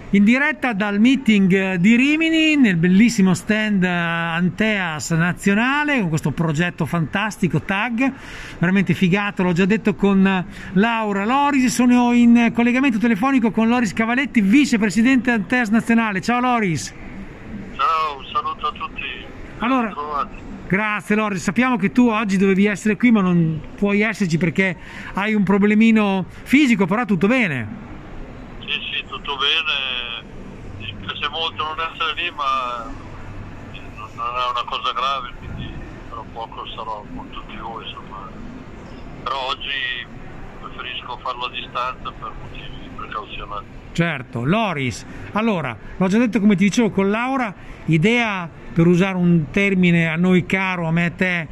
In diretta dal meeting di Rimini, nel bellissimo stand Anteas nazionale, con questo progetto fantastico, TAG, veramente figato, l'ho già detto con Laura Loris. Sono in collegamento telefonico con Loris Cavaletti, vicepresidente Anteas nazionale. Ciao Loris. Ciao, un saluto a tutti. Allora, grazie Loris, sappiamo che tu oggi dovevi essere qui ma non puoi esserci perché hai un problemino fisico, però tutto bene? Sì, tutto bene, mi spiace molto non essere lì, ma non è una cosa grave, quindi tra poco sarò con tutti voi, insomma. Però oggi preferisco farlo a distanza per motivi precauzionali. Certo, Loris, allora, l'ho già detto come ti dicevo con Laura, idea, per usare un termine a noi caro, a me e a te,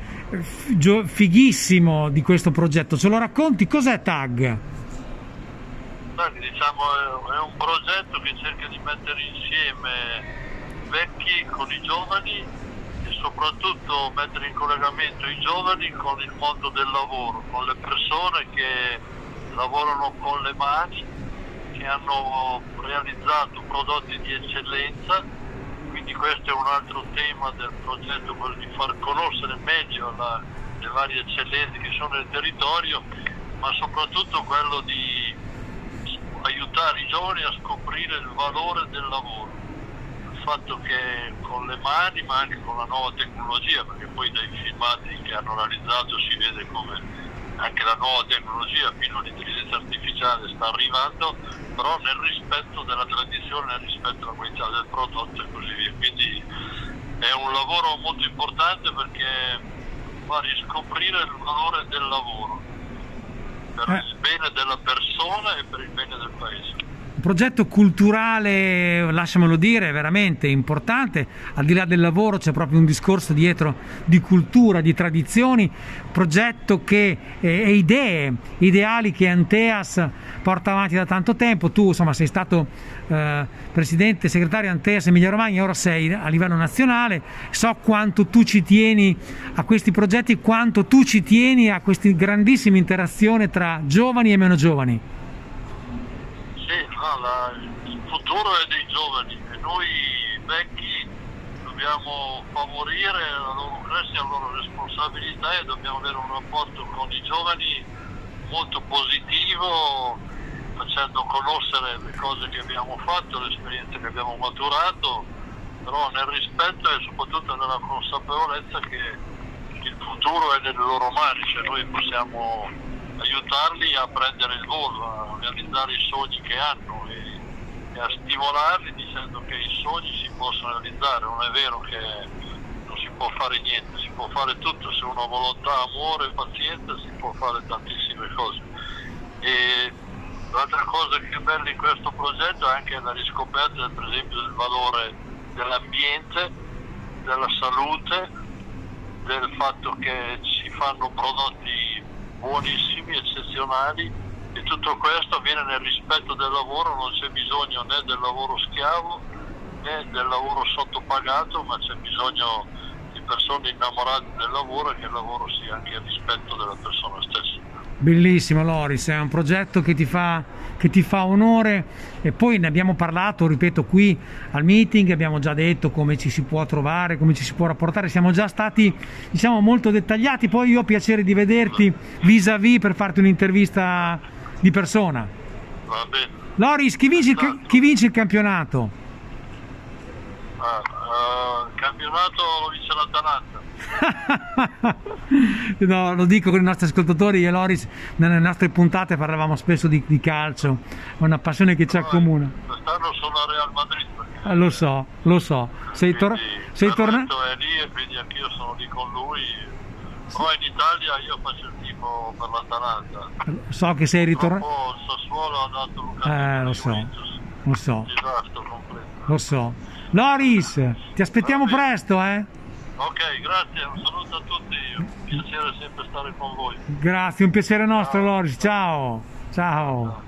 fighissimo di questo progetto. Ce lo racconti? Cos'è TAG? Diciamo è un progetto che cerca di mettere insieme vecchi con i giovani e soprattutto mettere in collegamento i giovani con il mondo del lavoro, con le persone che lavorano con le mani, che hanno realizzato prodotti di eccellenza. Quindi questo è un altro tema del progetto, quello di far conoscere meglio le varie eccellenze che sono nel territorio, ma soprattutto quello di aiutare i giovani a scoprire il valore del lavoro, il fatto che con le mani ma anche con la nuova tecnologia, perché poi dai filmati che hanno realizzato si vede come anche la nuova tecnologia fino all'intelligenza artificiale sta arrivando, però nel rispetto della tradizione, nel rispetto della qualità del prodotto e così via. Quindi è un lavoro molto importante perché fa riscoprire il valore del lavoro per il bene della persona e per il bene del paese. Un progetto culturale, lasciamelo dire, veramente importante. Al di là del lavoro c'è proprio un discorso dietro di cultura, di tradizioni, progetto che ideali che Anteas porta avanti da tanto tempo. Tu insomma sei stato presidente, segretario Anteas Emilia Romagna, ora sei a livello nazionale. So quanto tu ci tieni a questi progetti, quanto tu ci tieni a questa grandissima interazione tra giovani e meno giovani. Il futuro è dei giovani e noi vecchi dobbiamo favorire la loro crescita, la loro responsabilità e dobbiamo avere un rapporto con i giovani molto positivo, facendo conoscere le cose che abbiamo fatto, le esperienze che abbiamo maturato, però nel rispetto e soprattutto nella consapevolezza che il futuro è nelle loro mani, cioè noi possiamo aiutarli a prendere il volo, a realizzare i sogni che hanno e a stimolarli dicendo che i sogni si possono realizzare. Non è vero che non si può fare niente, si può fare tutto, se uno ha volontà, amore e pazienza si può fare tantissime cose. E l'altra cosa che è bella in questo progetto è anche la riscoperta per esempio del valore dell'ambiente, della salute, del fatto che si fanno prodotti buonissimi, eccezionali, e tutto questo avviene nel rispetto del lavoro. Non c'è bisogno né del lavoro schiavo né del lavoro sottopagato, ma c'è bisogno di persone innamorate del lavoro e che il lavoro sia anche il rispetto della persona stessa. Bellissimo Loris, è un progetto che ti fa onore e poi ne abbiamo parlato, ripeto, qui al meeting, abbiamo già detto come ci si può trovare, come ci si può rapportare, siamo già stati diciamo molto dettagliati, poi io ho piacere di vederti vis-à-vis per farti un'intervista di persona. Va bene. Loris, chi vince il campionato? Il campionato lo vince l'Atalanta. No, lo dico con i nostri ascoltatori, io e Loris nelle nostre puntate parlavamo spesso di calcio, è una passione che ci accomuna. Quest'anno sono a Real Madrid perché... Lo so, sei tornato? È lì e quindi anch'io sono lì con lui. Poi in Italia io faccio il tifo per l'Atalanta. So che sei ritornato. Il Sassuolo ha dato Lukaku. Lo so. Un disastro completo. Lo so. Loris, ti aspettiamo presto, Ok, grazie, un saluto a tutti, un piacere sempre stare con voi. Grazie, un piacere nostro. Ciao. Loris, ciao.